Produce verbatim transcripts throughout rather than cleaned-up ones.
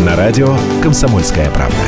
На радио «Комсомольская правда».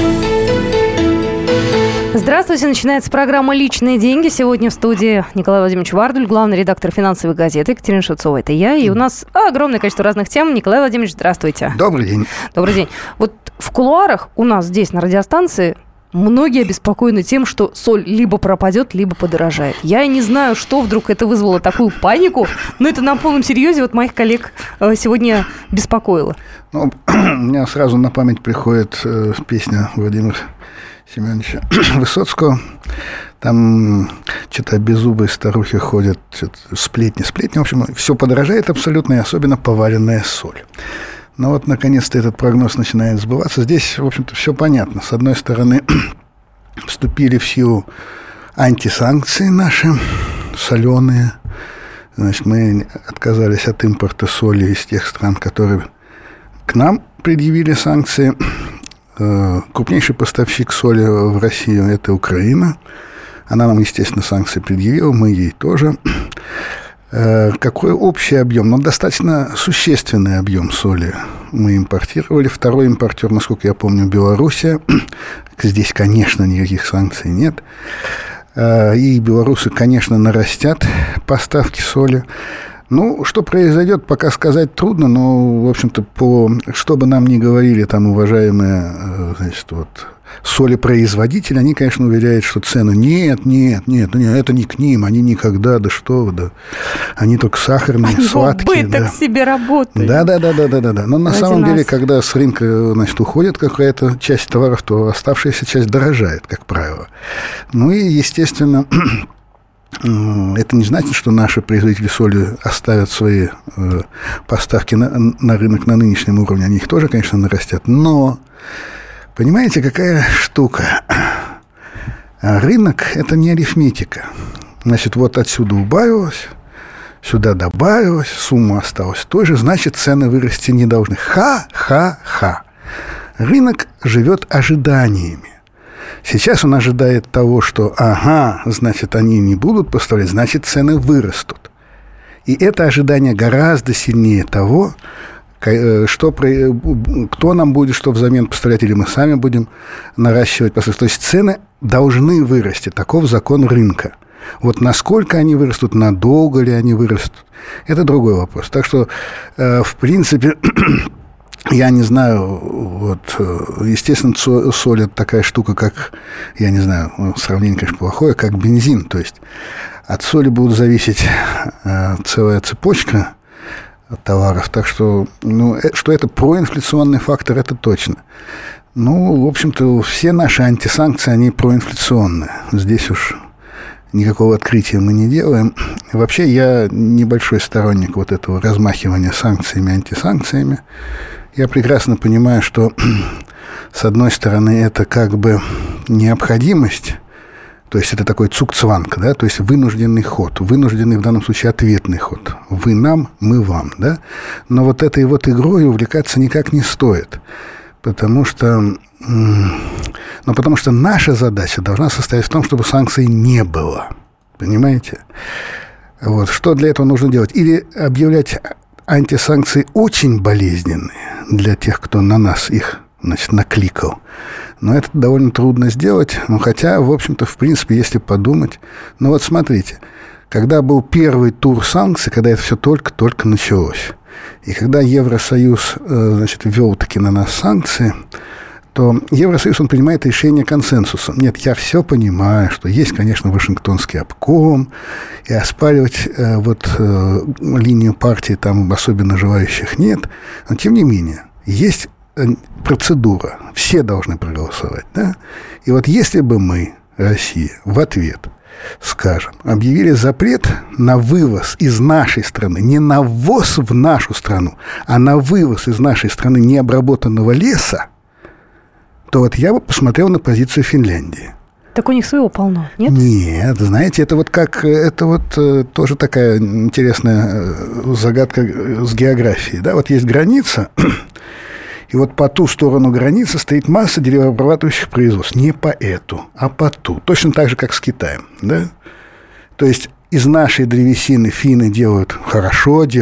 Здравствуйте, начинается программа «Личные деньги». Сегодня в студии Николай Владимирович Вардуль, главный редактор финансовой газеты, Екатерина Шевцова. Это я. И у нас огромное количество разных тем. Николай Владимирович, здравствуйте. Добрый день. Добрый день. Вот в кулуарах у нас здесь на радиостанции многие обеспокоены тем, что соль либо пропадет, либо подорожает. Я не знаю, что вдруг это вызвало такую панику, но это на полном серьезе вот моих коллег сегодня беспокоило. Ну, у меня сразу на память приходит э, песня Владимира Семеновича Высоцкого. Там что-то беззубые старухи ходят, сплетни, сплетни. В общем, все подорожает абсолютно, и особенно поваренная соль. Но вот, наконец-то, этот прогноз начинает сбываться. Здесь, в общем-то, все понятно. С одной стороны, вступили в силу антисанкции наши, соленые. Значит, мы отказались от импорта соли из тех стран, которые к нам предъявили санкции. Крупнейший поставщик соли в Россию – это Украина. Она нам, естественно, санкции предъявила, мы ей тоже. Какой общий объем? Ну, достаточно существенный объем соли мы импортировали. Второй импортер, насколько я помню, Белоруссия. Здесь, конечно, никаких санкций нет. И белорусы, конечно, нарастят поставки соли. Ну, что произойдет, пока сказать трудно, но, в общем-то, по, что бы нам ни говорили там уважаемые, значит, вот, солепроизводители, они, конечно, уверяют, что цену нет, нет, нет, нет, это не к ним, они никогда, да что вы, да, они только сахарные, они сладкие. Они убыток да. себе работают. Да, да, да, да, да, да, да. Но на Ради самом нас. деле, когда с рынка, значит, уходит какая-то часть товаров, то оставшаяся часть дорожает, как правило. Ну и, естественно, это не значит, что наши производители соли оставят свои э, поставки на, на рынок на нынешнем уровне. Они их тоже, конечно, нарастят. Но, понимаете, какая штука? Рынок – это не арифметика. Значит, вот отсюда убавилось, сюда добавилось, сумма осталась той же, значит, цены вырасти не должны. Ха-ха-ха. Рынок живет ожиданиями. Сейчас он ожидает того, что, ага, значит, они не будут поставлять, значит, цены вырастут. И это ожидание гораздо сильнее того, что, кто нам будет что взамен поставлять, или мы сами будем наращивать поставки. То есть цены должны вырасти. Таков закон рынка. Вот насколько они вырастут, надолго ли они вырастут, это другой вопрос. Так что, в принципе... Я не знаю, вот, естественно, соль – это такая штука, как, я не знаю, сравнение, конечно, плохое, как бензин. То есть от соли будет зависеть целая цепочка товаров. Так что, ну, что это проинфляционный фактор, это точно. Ну, в общем-то, все наши антисанкции, они проинфляционные. Здесь уж никакого открытия мы не делаем. Вообще, я небольшой сторонник вот этого размахивания санкциями, антисанкциями. Я прекрасно понимаю, что, с одной стороны, это как бы необходимость, то есть это такой цукцванг, да, то есть вынужденный ход, вынужденный в данном случае ответный ход. Вы нам, мы вам, да. Но вот этой вот игрой увлекаться никак не стоит, потому что, ну, потому что наша задача должна состоять в том, чтобы санкций не было, понимаете? Вот, что для этого нужно делать? Или объявлять антисанкции очень болезненные для тех, кто на нас их, значит, накликал. Но это довольно трудно сделать. Ну, хотя, в общем-то, в принципе, если подумать... Ну, вот смотрите, когда был первый тур санкций, когда это все только-только началось, и когда Евросоюз, значит, ввел таки на нас санкции, то Евросоюз, он принимает решение консенсусом. Нет, я все понимаю, что есть, конечно, Вашингтонский обком, и оспаривать э, вот э, линию партии там особенно желающих нет. Но, тем не менее, есть э, процедура. Все должны проголосовать, да? И вот если бы мы, Россия, в ответ, скажем, объявили запрет на вывоз из нашей страны, не на ввоз в нашу страну, а на вывоз из нашей страны необработанного леса, то вот я бы посмотрел на позицию Финляндии. Так у них своего полно, нет? Нет, знаете, это вот как, это вот э, тоже такая интересная э, загадка с географией. Да? Вот есть граница, и вот по ту сторону границы стоит масса деревообрабатывающих производств. Не по эту, а по ту. Точно так же, как с Китаем. Да? То есть из нашей древесины финны делают хорошо, делают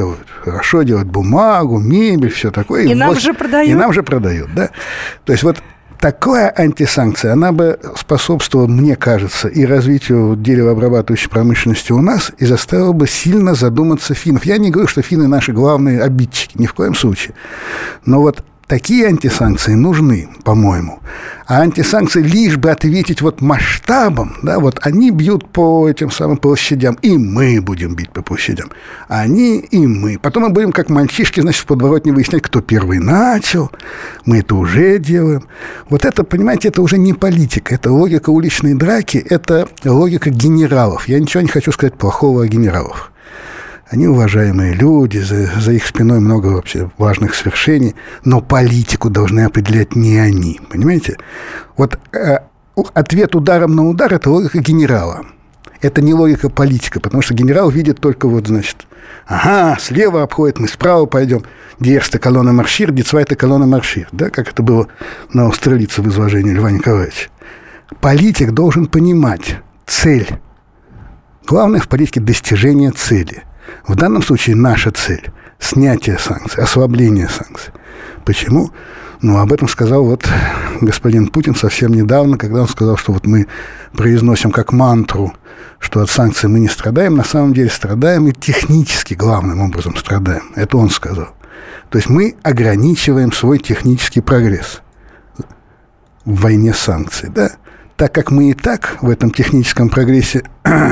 хорошо, делают бумагу, мебель, все такое. И, и нам вот, же продают. И нам же продают, да. То есть вот такая антисанкция, она бы способствовала, мне кажется, и развитию деревообрабатывающей промышленности у нас, и заставила бы сильно задуматься финнов. Я не говорю, что финны наши главные обидчики, ни в коем случае. Но вот такие антисанкции нужны, по-моему. А антисанкции лишь бы ответить вот масштабом, да, вот они бьют по этим самым площадям, и мы будем бить по площадям. Они и мы. Потом мы будем, как мальчишки, значит, в подворотне выяснять, кто первый начал. Мы это уже делаем. Вот это, понимаете, это уже не политика. Это логика уличной драки, это логика генералов. Я ничего не хочу сказать плохого о генералах. Они уважаемые люди, за, за их спиной много вообще важных свершений, но политику должны определять не они, понимаете? Вот э, ответ ударом на удар – это логика генерала. Это не логика политика, потому что генерал видит только вот, значит, ага, слева обходит, мы справа пойдем, die erste колонна маршир, die zweite колонна маршир, да, как это было на Австралице в изложении Льва Николаевича. Политик должен понимать цель. Главное в политике – достижение цели. В данном случае наша цель – снятие санкций, ослабление санкций. Почему? Ну, об этом сказал вот господин Путин совсем недавно, когда он сказал, что вот мы произносим как мантру, что от санкций мы не страдаем. На самом деле страдаем и технически главным образом страдаем. Это он сказал. То есть мы ограничиваем свой технический прогресс в войне санкций, да? Так как мы и так в этом техническом прогрессе...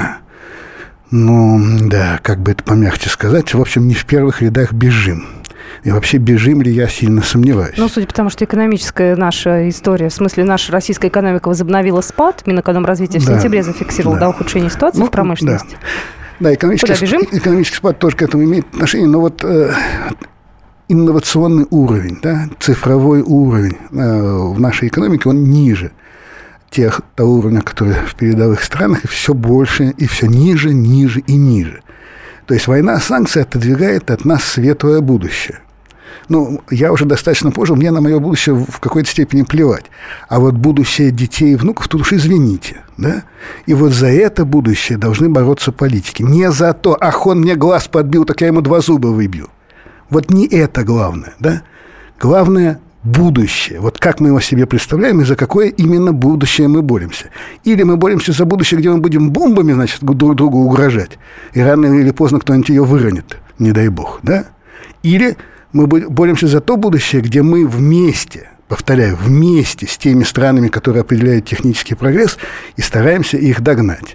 Ну, да, как бы это помягче сказать, в общем, не в первых рядах бежим. И вообще, бежим ли, я сильно сомневаюсь. Ну, судя по тому, что экономическая наша история, в смысле, наша российская экономика возобновила спад, Минэкономразвития в да, сентябре зафиксировал да. до ухудшения ситуации ну, в промышленности. Да, да экономический, сп... экономический спад тоже к этому имеет отношение, но вот э, инновационный уровень, да, цифровой уровень э, в нашей экономике, он ниже тех, того уровня, который в передовых странах, и все больше, и все ниже, ниже и ниже. То есть война санкций отодвигает от нас светлое будущее. Ну, я уже достаточно пожил, мне на мое будущее в какой-то степени плевать. А вот будущее детей и внуков, тут уж извините, да? И вот за это будущее должны бороться политики. Не за то, ах, он мне глаз подбил, так я ему два зуба выбью. Вот не это главное, да? Главное – будущее. Вот как мы его себе представляем и за какое именно будущее мы боремся. Или мы боремся за будущее, где мы будем бомбами, значит, друг другу угрожать, и рано или поздно кто-нибудь ее выронит, не дай бог, да? Или мы боремся за то будущее, где мы вместе, повторяю, вместе с теми странами, которые определяют технический прогресс, и стараемся их догнать.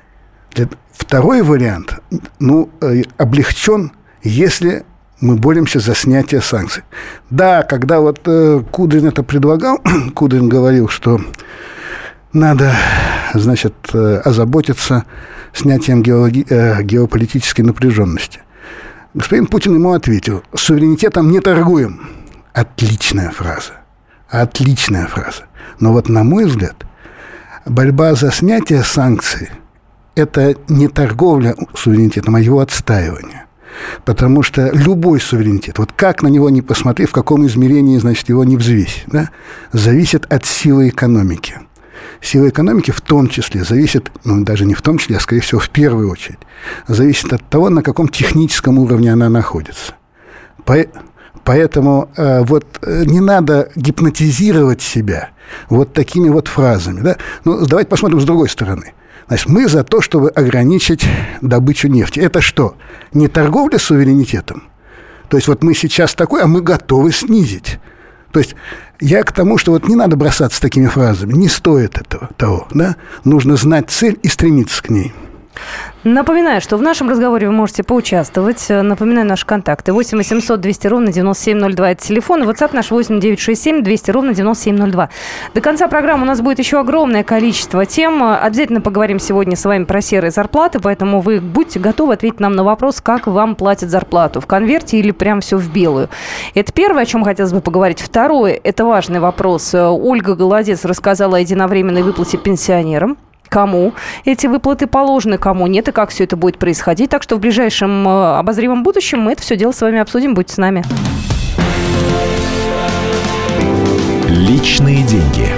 Второй вариант, ну, облегчен, если мы боремся за снятие санкций. Да, когда вот э, Кудрин это предлагал, Кудрин говорил, что надо, значит, э, озаботиться снятием геологи- э, геополитической напряженности. Господин Путин ему ответил: суверенитетом не торгуем. Отличная фраза. Отличная фраза. Но вот, на мой взгляд, борьба за снятие санкций – это не торговля суверенитетом, а его отстаивание. Потому что любой суверенитет, вот как на него ни посмотри, в каком измерении, значит, его не взвесь, да, зависит от силы экономики. Сила экономики в том числе зависит, ну, даже не в том числе, а, скорее всего, в первую очередь, зависит от того, на каком техническом уровне она находится. Поэтому э, вот не надо гипнотизировать себя вот такими вот фразами, да. Ну, давайте посмотрим с другой стороны. Значит, мы за то, чтобы ограничить добычу нефти. Это что? Не торговля суверенитетом? То есть вот мы сейчас такой, а мы готовы снизить. То есть я к тому, что вот не надо бросаться такими фразами. Не стоит этого того, да? Нужно знать цель и стремиться к ней. Напоминаю, что в нашем разговоре вы можете поучаствовать. Напоминаю наши контакты. восемь восемьсот двести ровно девяносто семь ноль два. Это телефон. WhatsApp наш восемь девятьсот шестьдесят семь двести ровно девяносто семь ноль два. До конца программы у нас будет еще огромное количество тем. Обязательно поговорим сегодня с вами про серые зарплаты, поэтому вы будьте готовы ответить нам на вопрос, как вам платят зарплату. В конверте или прям все в белую. Это первое, о чем хотелось бы поговорить. Второе, это важный вопрос. Ольга Голодец рассказала о единовременной выплате пенсионерам. Кому эти выплаты положены, кому нет, и как все это будет происходить. Так что в ближайшем обозримом будущем мы это все дело с вами обсудим. Будьте с нами. Личные деньги.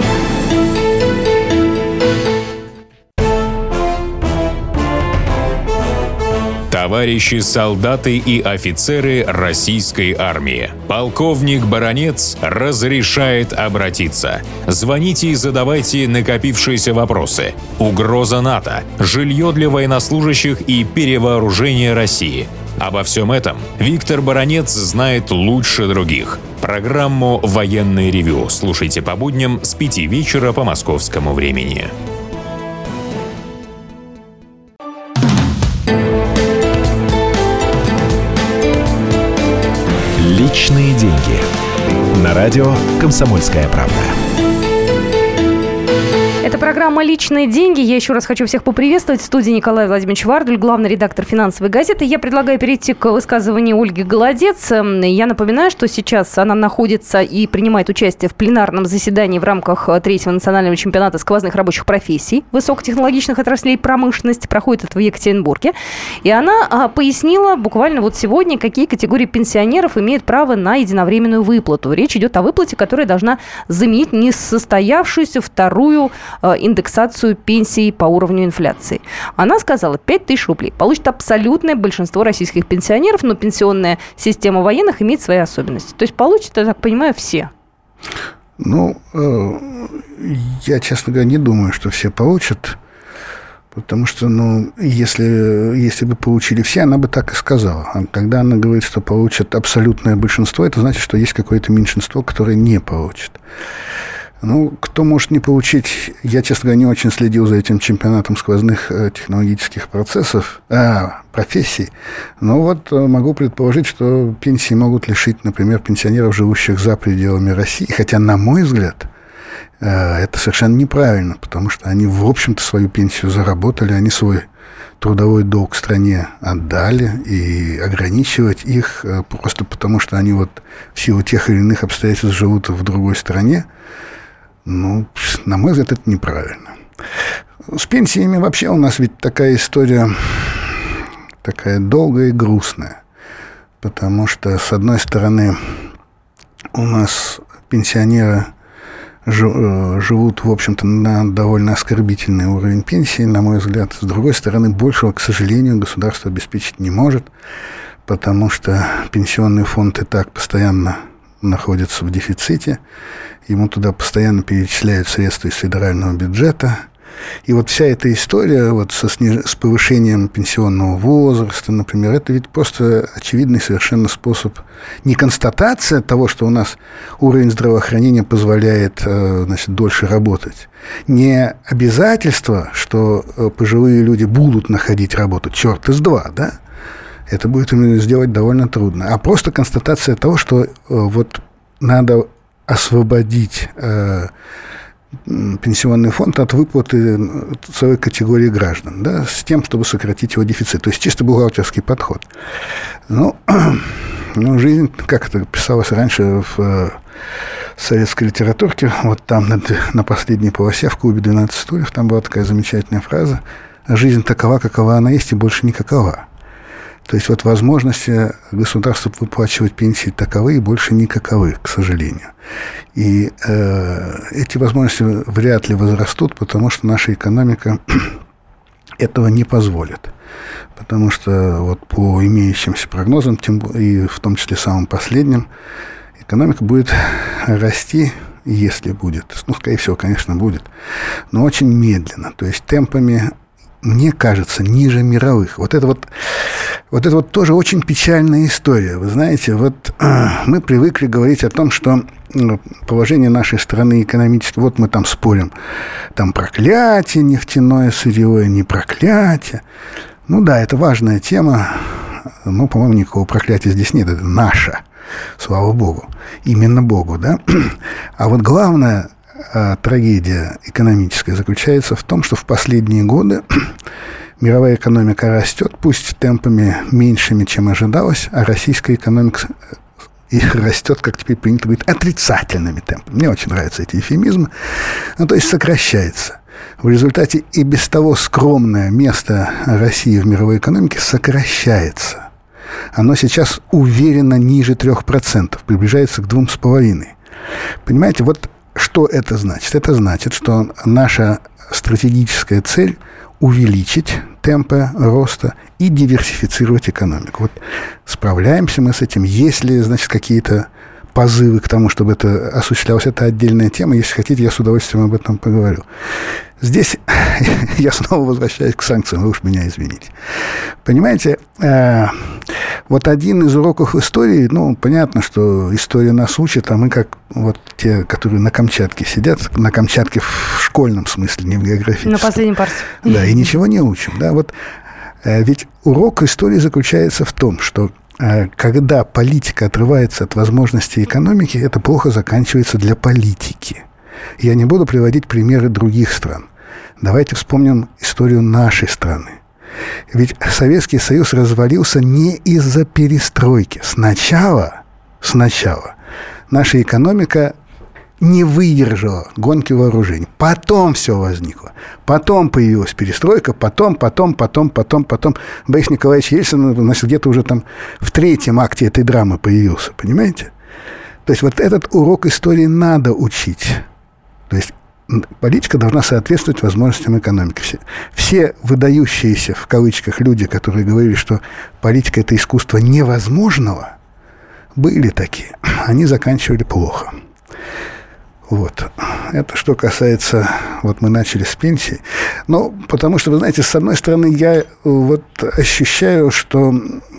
Товарищи солдаты и офицеры российской армии, полковник Баранец разрешает обратиться. Звоните и задавайте накопившиеся вопросы. Угроза НАТО, жилье для военнослужащих и перевооружение России. Обо всем этом Виктор Баранец знает лучше других. Программу «Военное ревю» слушайте по будням с пяти вечера по московскому времени. Личные деньги. На радио «Комсомольская правда». Это программа «Личные деньги». Я еще раз хочу всех поприветствовать. В студии Николай Владимирович Вардуль, главный редактор «Финансовой газеты». Я предлагаю перейти к высказыванию Ольги Голодец. Я напоминаю, что сейчас она находится и принимает участие в пленарном заседании в рамках третьего национального чемпионата сквозных рабочих профессий высокотехнологичных отраслей промышленности. Проходит это в Екатеринбурге. И она пояснила буквально вот сегодня, какие категории пенсионеров имеют право на единовременную выплату. Речь идет о выплате, которая должна заменить несостоявшуюся вторую индексацию пенсий по уровню инфляции. Она сказала, пять тысяч рублей получит абсолютное большинство российских пенсионеров, но пенсионная система военных имеет свои особенности. То есть получат, я так понимаю, все. Ну, я, честно говоря, не думаю, что все получат, потому что, ну, если, если бы получили все, она бы так и сказала. А когда она говорит, что получат абсолютное большинство, это значит, что есть какое-то меньшинство, которое не получит. Ну, кто может не получить... Я, честно говоря, не очень следил за этим чемпионатом сквозных э, технологических процессов, а, профессий. Но вот э, могу предположить, что пенсии могут лишить, например, пенсионеров, живущих за пределами России. Хотя, на мой взгляд, э, это совершенно неправильно, потому что они, в общем-то, свою пенсию заработали, они свой трудовой долг стране отдали, и ограничивать их э, просто потому, что они вот в силу тех или иных обстоятельств живут в другой стране, ну, на мой взгляд, это неправильно. С пенсиями вообще у нас ведь такая история такая долгая и грустная. Потому что, с одной стороны, у нас пенсионеры живут, в общем-то, на довольно оскорбительный уровень пенсии, на мой взгляд. С другой стороны, большего, к сожалению, государство обеспечить не может, потому что пенсионный фонд и так постоянно находится в дефиците, ему туда постоянно перечисляют средства из федерального бюджета. И вот вся эта история вот со сниж... с повышением пенсионного возраста, например, это ведь просто очевидный совершенно способ, не констатация того, что у нас уровень здравоохранения позволяет, значит, дольше работать, не обязательство, что пожилые люди будут находить работу, черт из два, да? Это будет сделать довольно трудно. А просто констатация того, что э, вот надо освободить э, пенсионный фонд от выплаты целой категории граждан, да, с тем, чтобы сократить его дефицит. То есть чисто бухгалтерский подход. Ну, ну жизнь, как это писалось раньше в э, советской литературке, вот там на, на последней полосе в клубе двенадцать стульев, там была такая замечательная фраза: «Жизнь такова, какова она есть, и больше никакова». То есть вот возможности государства выплачивать пенсии таковы и больше никаковы, к сожалению. И э, эти возможности вряд ли возрастут, потому что наша экономика этого не позволит. Потому что вот по имеющимся прогнозам, тем, и в том числе самым последним, экономика будет расти, если будет. Ну, скорее всего, конечно, будет, но очень медленно. То есть темпами, мне кажется, ниже мировых. Вот это вот, вот это вот тоже очень печальная история. Вы знаете, вот э, мы привыкли говорить о том, что ну, положение нашей страны экономически, вот мы там спорим, там проклятие нефтяное сырье, не проклятие. Ну да, это важная тема, но, по-моему, никакого проклятия здесь нет, это наше, слава Богу, именно Богу, да. А вот главное... трагедия экономическая заключается в том, что в последние годы мировая экономика растет, пусть темпами меньшими, чем ожидалось, а российская экономика и растет, как теперь принято говорить, отрицательными темпами. Мне очень нравятся эти эвфемизмы. Ну, то есть сокращается. В результате и без того скромное место России в мировой экономике сокращается. Оно сейчас уверенно ниже трех процентов, приближается к двум с половиной. Понимаете, вот что это значит? Это значит, что наша стратегическая цель увеличить темпы роста и диверсифицировать экономику. Вот справляемся мы с этим. Есть ли, значит, какие-то позывы к тому, чтобы это осуществлялось, это отдельная тема. Если хотите, я с удовольствием об этом поговорю. Здесь я снова возвращаюсь к санкциям, вы уж меня извините. Понимаете, э, вот один из уроков истории, ну, понятно, что история нас учит, а мы как вот те, которые на Камчатке сидят, на Камчатке в школьном смысле, не в географическом. На последней партии. Да, и ничего не учим. Да? Вот, э, ведь урок истории заключается в том, что когда политика отрывается от возможностей экономики, это плохо заканчивается для политики. Я не буду приводить примеры других стран. Давайте вспомним историю нашей страны. Ведь Советский Союз развалился не из-за перестройки. Сначала, сначала наша экономика не выдержала гонки вооружений. Потом все возникло. Потом появилась перестройка, потом, потом, потом, потом, потом. Борис Николаевич Ельцин, значит, где-то уже там в третьем акте этой драмы появился, понимаете? То есть вот этот урок истории надо учить. То есть политика должна соответствовать возможностям экономики. Все, все выдающиеся, в кавычках, люди, которые говорили, что политика – это искусство невозможного, были такие. Они заканчивали плохо. Вот. Это что касается... Вот мы начали с пенсии. Но потому что, вы знаете, с одной стороны, я вот ощущаю, что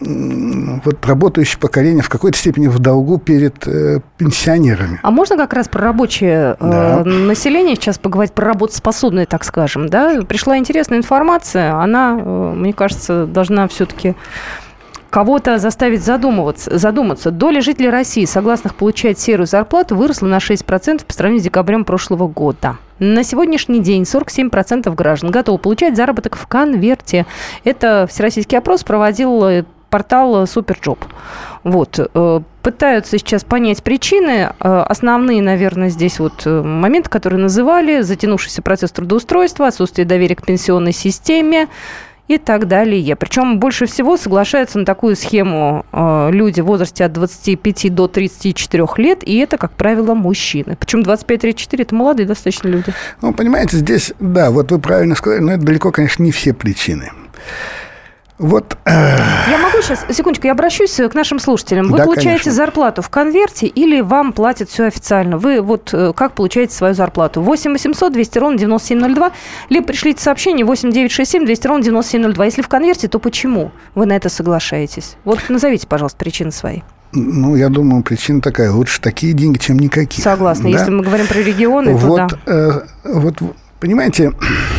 вот работающее поколение в какой-то степени в долгу перед э, пенсионерами. А можно как раз про рабочее да. э, население сейчас поговорить, про работоспособное, так скажем, да? Пришла интересная информация, она, э, мне кажется, должна все-таки... кого-то заставить задумываться, задуматься. Доля жителей России, согласных получать серую зарплату, выросла на шесть процентов по сравнению с декабрем прошлого года. На сегодняшний день сорок семь процентов граждан готовы получать заработок в конверте. Это всероссийский опрос проводил портал Суперджоп. Вот. Пытаются сейчас понять причины. Основные, наверное, здесь вот моменты, которые называли: затянувшийся процесс трудоустройства, отсутствие доверия к пенсионной системе и так далее. Причем больше всего соглашаются на такую схему э, люди в возрасте от двадцати пяти до тридцати четырёх лет, и это, как правило, мужчины. Причем двадцать пять тридцать четыре – это молодые достаточно люди. Ну, понимаете, здесь, да, вот вы правильно сказали, но это далеко, конечно, не все причины. Вот. Я могу сейчас, секундочку, я обращусь к нашим слушателям. Вы да, получаете конечно. зарплату в конверте или вам платят все официально? Вы вот как получаете свою зарплату? восемь восемьсот двести ровно девяносто семь ноль два, либо пришлите сообщение восемь девятьсот шестьдесят семь двести ровно девяносто семь ноль два. Если в конверте, то почему вы на это соглашаетесь? Вот назовите, пожалуйста, причины свои. Ну, я думаю, причина такая: лучше такие деньги, чем никакие. Согласна. Да? Если мы говорим про регионы, вот, то да. Э, вот, понимаете,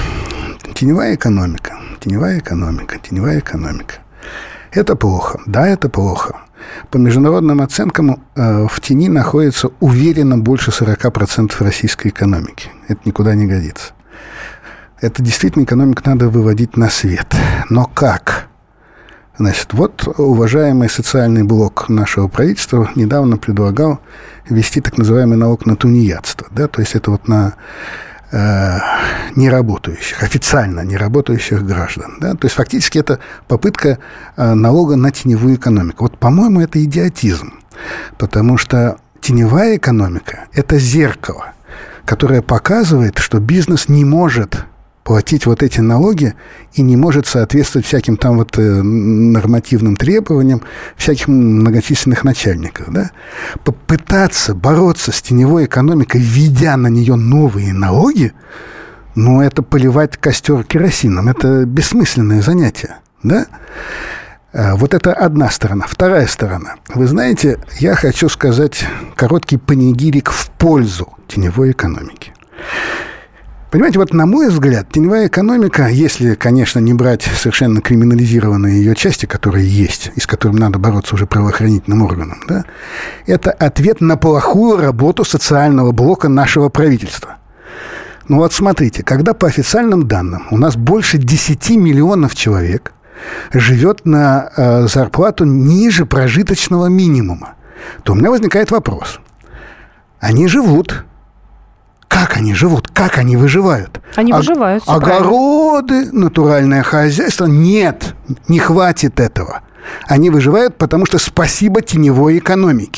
теневая экономика. Теневая экономика, теневая экономика. Это плохо. Да, это плохо. По международным оценкам э, в тени находится уверенно больше сорок процентов российской экономики. Это никуда не годится. Это действительно экономику надо выводить на свет. Но как? Значит, вот уважаемый социальный блок нашего правительства недавно предлагал ввести так называемый налог на тунеядство. Да? То есть это вот на... неработающих, официально неработающих граждан. Да? То есть фактически это попытка налога на теневую экономику. Вот, по-моему, это идиотизм, потому что теневая экономика – это зеркало, которое показывает, что бизнес не может платить вот эти налоги и не может соответствовать всяким там вот нормативным требованиям всяких многочисленных начальников. Да? Попытаться бороться с теневой экономикой, введя на нее новые налоги, ну, это поливать костер керосином. Это бессмысленное занятие. Да? Вот это одна сторона. Вторая сторона. Вы знаете, я хочу сказать короткий панигирик в пользу теневой экономики. Понимаете, вот на мой взгляд, теневая экономика, если, конечно, не брать совершенно криминализированные ее части, которые есть, и с которыми надо бороться уже правоохранительным органам, да, это ответ на плохую работу социального блока нашего правительства. Ну вот смотрите, когда по официальным данным у нас больше десяти миллионов человек живет на э, зарплату ниже прожиточного минимума, то у меня возникает вопрос. Они живут... Как они живут? Как они выживают? Они выживают. О- огороды, натуральное хозяйство. Нет, не хватит этого. Они выживают, потому что спасибо теневой экономике.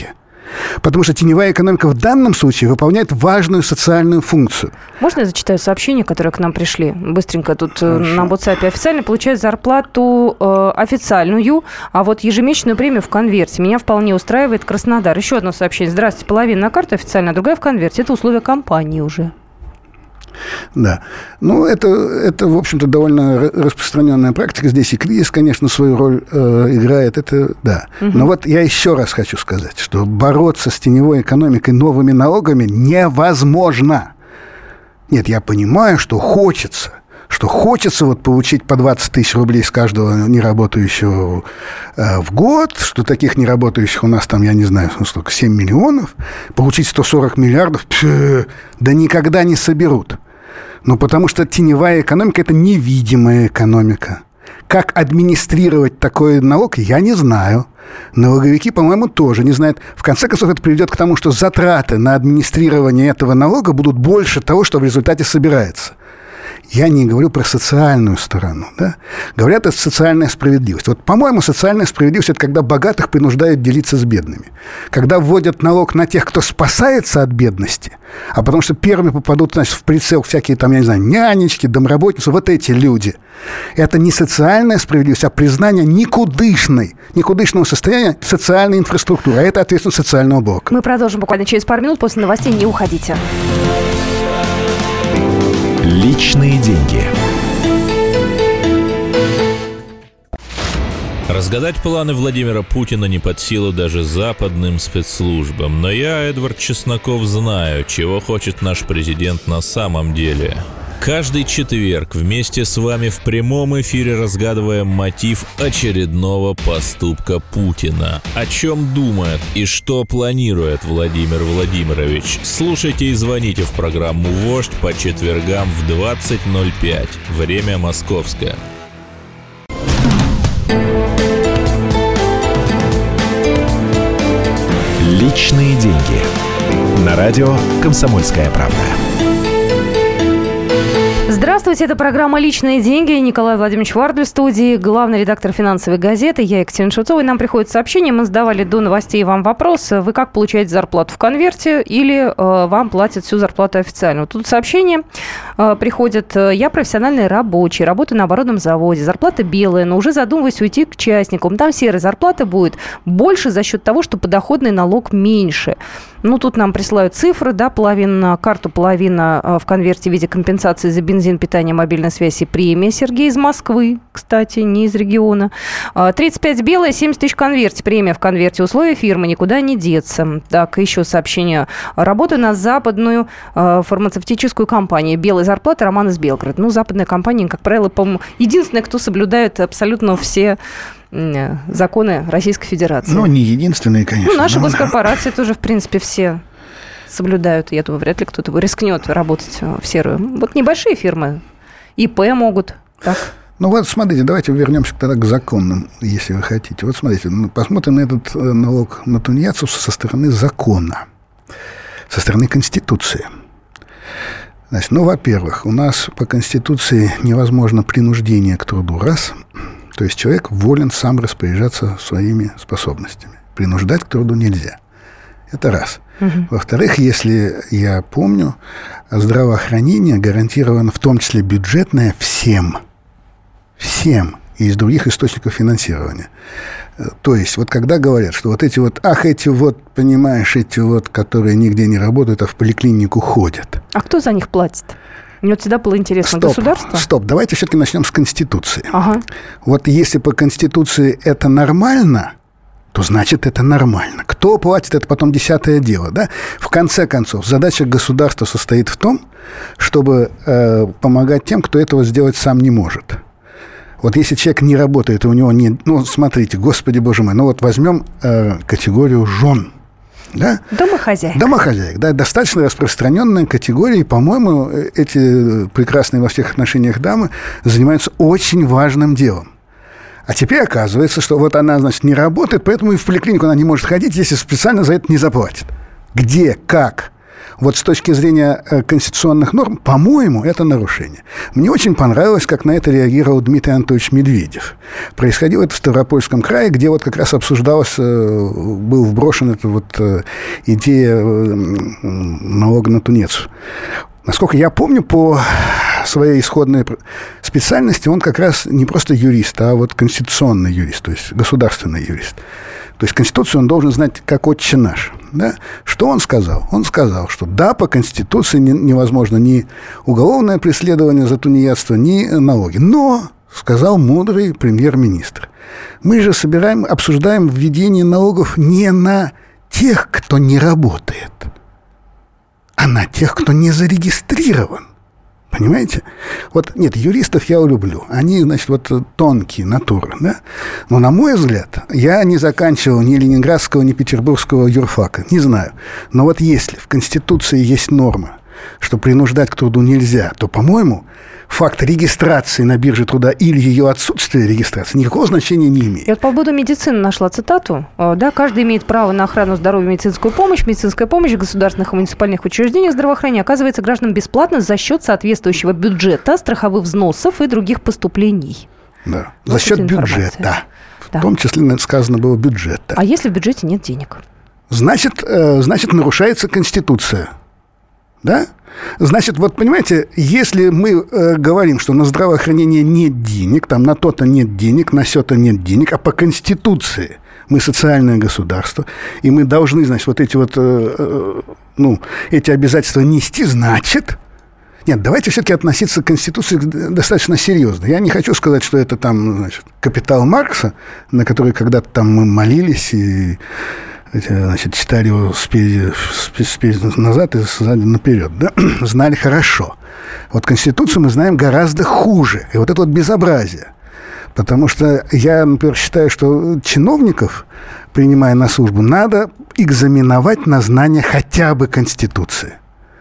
Потому что теневая экономика в данном случае выполняет важную социальную функцию. Можно я зачитаю сообщения, которые к нам пришли? Быстренько тут Хорошо. На WhatsApp. Официально получает зарплату э, официальную, а вот ежемесячную премию в конверте. Меня вполне устраивает Краснодар. Еще одно сообщение. Здравствуйте, половина на карту официально, а другая в конверте. Это условия компании уже. Да. Ну, это, это, в общем-то, довольно распространенная практика. Здесь и кризис, конечно, свою роль э, играет. Это да. Угу. Но вот я еще раз хочу сказать, что бороться с теневой экономикой новыми налогами невозможно. Нет, я понимаю, что хочется. Что хочется вот получить по двадцать тысяч рублей с каждого неработающего э, в год, что таких неработающих у нас там, я не знаю, сколько, семь миллионов, получить сто сорок миллиардов, пфф, да никогда не соберут. Ну, потому что теневая экономика – это невидимая экономика. Как администрировать такой налог, я не знаю. Налоговики, по-моему, тоже не знают. В конце концов, это приведет к тому, что затраты на администрирование этого налога будут больше того, что в результате собирается. Я не говорю про социальную сторону. Да? Говорят, это социальная справедливость. Вот, по-моему, социальная справедливость – это когда богатых принуждают делиться с бедными. Когда вводят налог на тех, кто спасается от бедности, а потому что первыми попадут, значит, в прицел всякие, там, я не знаю, нянечки, домработницы, вот эти люди. Это не социальная справедливость, а признание никудышной, никудышного состояния социальной инфраструктуры. А это ответственность социального блока. Мы продолжим буквально через пару минут. После новостей не уходите. Личные деньги. Разгадать планы Владимира Путина не под силу даже западным спецслужбам. Но я, Эдвард Чесноков, знаю, чего хочет наш президент на самом деле. Каждый четверг вместе с вами в прямом эфире разгадываем мотив очередного поступка Путина. О чем думает и что планирует Владимир Владимирович? Слушайте и звоните в программу «Вождь» по четвергам в двадцать ноль пять. Время московское. Личные деньги. На радио «Комсомольская правда». Здравствуйте, это программа «Личные деньги». Николай Владимирович Вардль в студии, главный редактор финансовой газеты. Я Екатерина Шевцова. И нам приходит сообщение. Мы задавали до новостей вам вопрос. Вы как получаете зарплату в конверте или э, вам платят всю зарплату официально? Вот тут сообщение э, приходит. Я профессиональный рабочий, работаю на оборудованном заводе. Зарплата белая, но уже задумываюсь уйти к частникам. Там серая зарплата будет больше за счет того, что подоходный налог меньше. Ну, тут нам присылают цифры, да, половина на карту, половина в конверте в виде компенсации за бензин, питание, мобильная связь и премия. Сергей из Москвы, кстати, не из региона. тридцать пять белая, семьдесят тысяч в конверте, премия в конверте. Условия фирмы, никуда не деться. Так, еще сообщение. Работаю на западную фармацевтическую компанию. Белая зарплата, Роман из Белгорода. Ну, западная компания, как правило, по-моему, единственная, кто соблюдает абсолютно все законы Российской Федерации. Ну, не единственные, конечно. Ну, наши но... госкорпорации тоже, в принципе, все соблюдают. Я думаю, вряд ли кто-то рискнет работать в серую. Вот небольшие фирмы, ИП могут, так? Ну вот, смотрите, давайте вернемся тогда к законным, если вы хотите. Вот смотрите, посмотрим на этот налог на тунеядцев со стороны закона, со стороны Конституции. Значит, ну, во-первых, у нас по Конституции невозможно принуждение к труду, раз. То есть человек волен сам распоряжаться своими способностями. Принуждать к труду нельзя. Это раз. Угу. Во-вторых, если я помню, здравоохранение гарантировано в том числе бюджетное всем. Всем. И из других источников финансирования. То есть, вот когда говорят, что вот эти вот, ах, эти вот, понимаешь, эти вот, которые нигде не работают, а в поликлинику ходят. А кто за них платит? Мне вот всегда было интересно. Стоп, государство? Стоп, давайте все-таки начнем с Конституции. Ага. Вот если по Конституции это нормально, то значит это нормально. Кто платит, это потом десятое дело. Да? В конце концов, задача государства состоит в том, чтобы э, помогать тем, кто этого сделать сам не может. Вот если человек не работает, и у него нет... Ну, смотрите, господи боже мой, ну вот возьмем э, категорию жен. Да? Домохозяек. Домохозяек, да, достаточно распространенная категория, и, по-моему, эти прекрасные во всех отношениях дамы занимаются очень важным делом. А теперь оказывается, что вот она, значит, не работает, поэтому и в поликлинику она не может ходить, если специально за это не заплатит. Где, как? вот с точки зрения конституционных норм, по-моему, это нарушение. Мне очень понравилось, как на это реагировал Дмитрий Анатольевич Медведев. Происходило это в Ставропольском крае, где вот как раз обсуждалась, был вброшен эта вот идея налога на тунец. Насколько я помню, по своей исходной специальности он как раз не просто юрист, а вот конституционный юрист, то есть государственный юрист. То есть Конституцию он должен знать как отче наш. Да? Что он сказал? Он сказал, что да, по Конституции невозможно ни уголовное преследование за тунеядство, ни налоги. Но, сказал мудрый премьер-министр, мы же собираем, обсуждаем введение налогов не на тех, кто не работает, а на тех, кто не зарегистрирован. Понимаете? Вот, нет, юристов я люблю. Они, значит, вот тонкие натуры, да? Но, на мой взгляд, я не заканчивал ни ленинградского, ни петербургского юрфака. Не знаю. Но вот если в Конституции есть норма, что принуждать к труду нельзя, то, по-моему, факт регистрации на бирже труда или ее отсутствие регистрации никакого значения не имеет. Я вот по поводу медицины нашла цитату. Да, каждый имеет право на охрану здоровья и медицинскую помощь. Медицинская помощь в государственных и муниципальных учреждениях здравоохранения оказывается гражданам бесплатно за счет соответствующего бюджета, страховых взносов и других поступлений. Да, вот за счет бюджета. Да. В том числе сказано было бюджета. А если в бюджете нет денег? Значит, э, значит нарушается Конституция. Да? Значит, вот понимаете, если мы э, говорим, что на здравоохранение нет денег, там на то-то нет денег, на сё-то нет денег, а по Конституции мы социальное государство, и мы должны, значит, вот эти вот, э, э, ну, эти обязательства нести, значит... Нет, давайте все-таки относиться к Конституции достаточно серьезно. Я не хочу сказать, что это там, значит, капитал Маркса, на который когда-то там мы молились и... Значит, читали его спереди, спереди назад и сзади наперед. Да? Знали хорошо. Вот Конституцию мы знаем гораздо хуже. И вот это вот безобразие. Потому что я, например, считаю, что чиновников, принимая на службу, надо экзаменовать на знание хотя бы Конституции.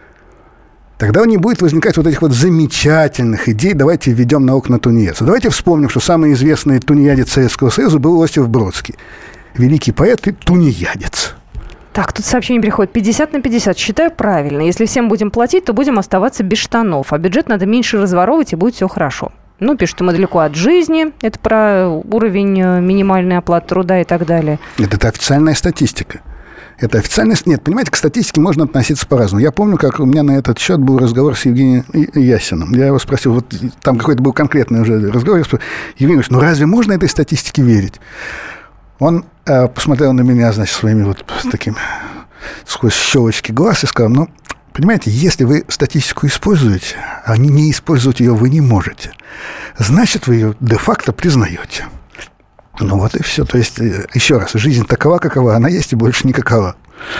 Тогда не будет возникать вот этих вот замечательных идей. Давайте введем налог на тунеядцев. Давайте вспомним, что самый известный тунеядец Советского Союза был Иосиф Бродский. Великий поэт и тунеядец. Так, тут сообщение приходит. пятьдесят на пятьдесят. Считаю правильно. Если всем будем платить, то будем оставаться без штанов. А бюджет надо меньше разворовывать, и будет все хорошо. Ну, пишут, что мы далеко от жизни. Это про уровень минимальной оплаты труда и так далее. Это, это официальная статистика. Это официальность. Нет, понимаете, к статистике можно относиться по-разному. Я помню, как у меня на этот счет был разговор с Евгением Ясиным. Я его спросил, вот там какой-то был конкретный уже разговор. Я спросил, Евгений Ильич, ну разве можно этой статистике верить? Он э, посмотрел на меня, значит, своими вот такими сквозь щелочки глаз и сказал, ну, понимаете, если вы статистику используете, а не, не использовать ее вы не можете, значит, вы ее де-факто признаете. Ну вот и все. То есть, еще раз, жизнь такова, какова она есть, и больше никакова.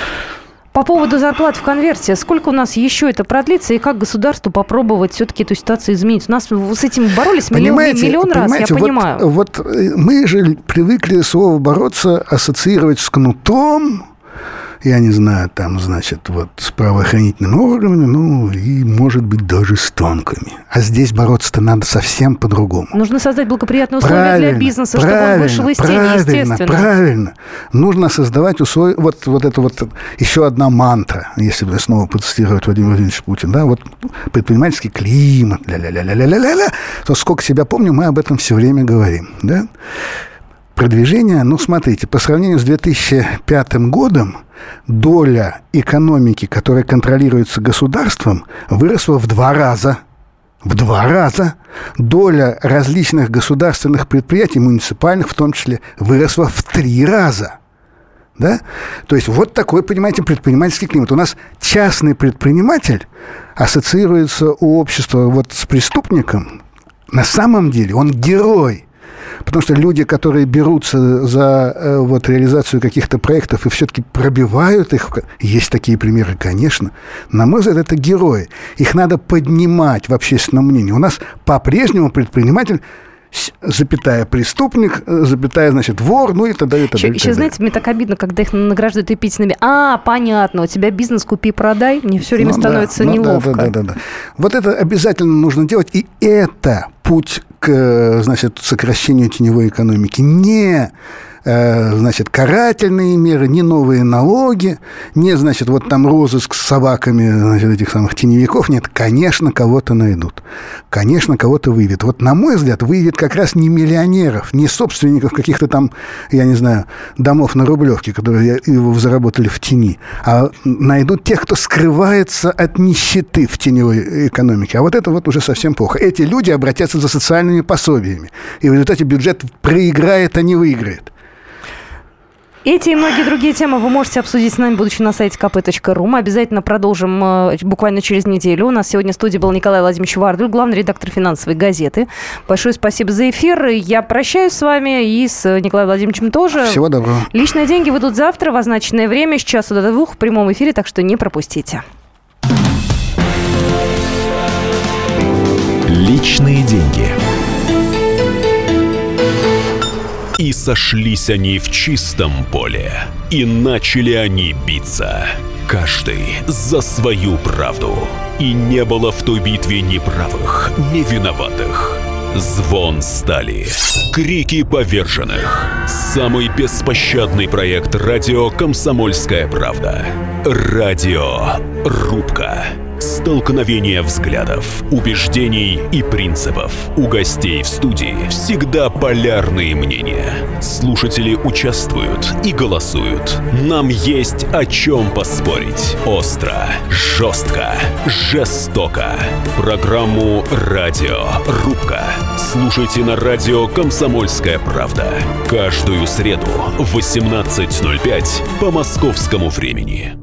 По поводу зарплат в конверте, сколько у нас еще это продлится, и как государству попробовать все-таки эту ситуацию изменить? У нас с этим боролись миллион, миллион раз, я понимаю. Вот, вот мы же привыкли слово «бороться» ассоциировать с кнутом, я не знаю, там, значит, вот с правоохранительными органами, ну, и, может быть, даже с танками. А здесь бороться-то надо совсем по-другому. Нужно создать благоприятные условия правильно, для бизнеса, чтобы он вышел из тени, естественно. Правильно, Нужно создавать условия... Вот, вот это вот еще одна мантра, если бы снова процитировать Владимир Владимирович Путин, да, вот предпринимательский климат, ля-ля-ля-ля-ля-ля-ля, то, сколько себя помню, мы об этом все время говорим, да. Продвижение, ну, смотрите, по сравнению с две тысячи пятым годом доля экономики, которая контролируется государством, выросла в два раза. В два раза. Доля различных государственных предприятий, муниципальных в том числе, выросла в три раза. Да? То есть вот такой, понимаете, предпринимательский климат. У нас частный предприниматель ассоциируется у общества вот с преступником. На самом деле он герой. Потому что люди, которые берутся за э, вот, реализацию каких-то проектов и все-таки пробивают их, есть такие примеры, конечно, на мой взгляд, это герои. Их надо поднимать в общественном мнении. У нас по-прежнему предприниматель, запятая преступник, запятая, значит, вор, ну и т.д. и т.д. Еще, еще знаете, мне так обидно, когда их награждают эпитетами. А, понятно, у тебя бизнес купи-продай. Мне все время ну, становится да, неловко. Да, да, да, да. Вот это обязательно нужно делать, и это путь к, значит, сокращению теневой экономики. Не, значит, карательные меры, не новые налоги, не, значит, вот там розыск с собаками, значит, этих самых теневиков. Нет, конечно, кого-то найдут. Конечно, кого-то выявят. Вот, на мой взгляд, выявят как раз не миллионеров, не собственников каких-то там, я не знаю, домов на Рублевке, которые его заработали в тени, а найдут тех, кто скрывается от нищеты в теневой экономике. А вот это вот уже совсем плохо. Эти люди обратятся за социальными пособиями. И в результате бюджет проиграет, а не выиграет. Эти и многие другие темы вы можете обсудить с нами, будучи на сайте ка пэ точка ру. Мы обязательно продолжим э, буквально через неделю. У нас сегодня в студии был Николай Владимирович Вардль, главный редактор «Финансовой газеты». Большое спасибо за эфир. Я прощаюсь с вами и с Николаем Владимировичем тоже. Всего доброго. Личные деньги выйдут завтра в означенное время с часу до двух в прямом эфире, так что не пропустите. Личные деньги. И сошлись они в чистом поле, и начали они биться, каждый за свою правду. И не было в той битве ни правых, ни виноватых. Звон стали, крики поверженных. Самый беспощадный проект радио «Комсомольская правда». Радиорубка. Столкновение взглядов, убеждений и принципов. У гостей в студии всегда полярные мнения. Слушатели участвуют и голосуют. Нам есть о чем поспорить. Остро, жестко, жестоко. Программу «Радиорубка» слушайте на радио «Комсомольская правда». Каждую среду в восемнадцать ноль пять по московскому времени.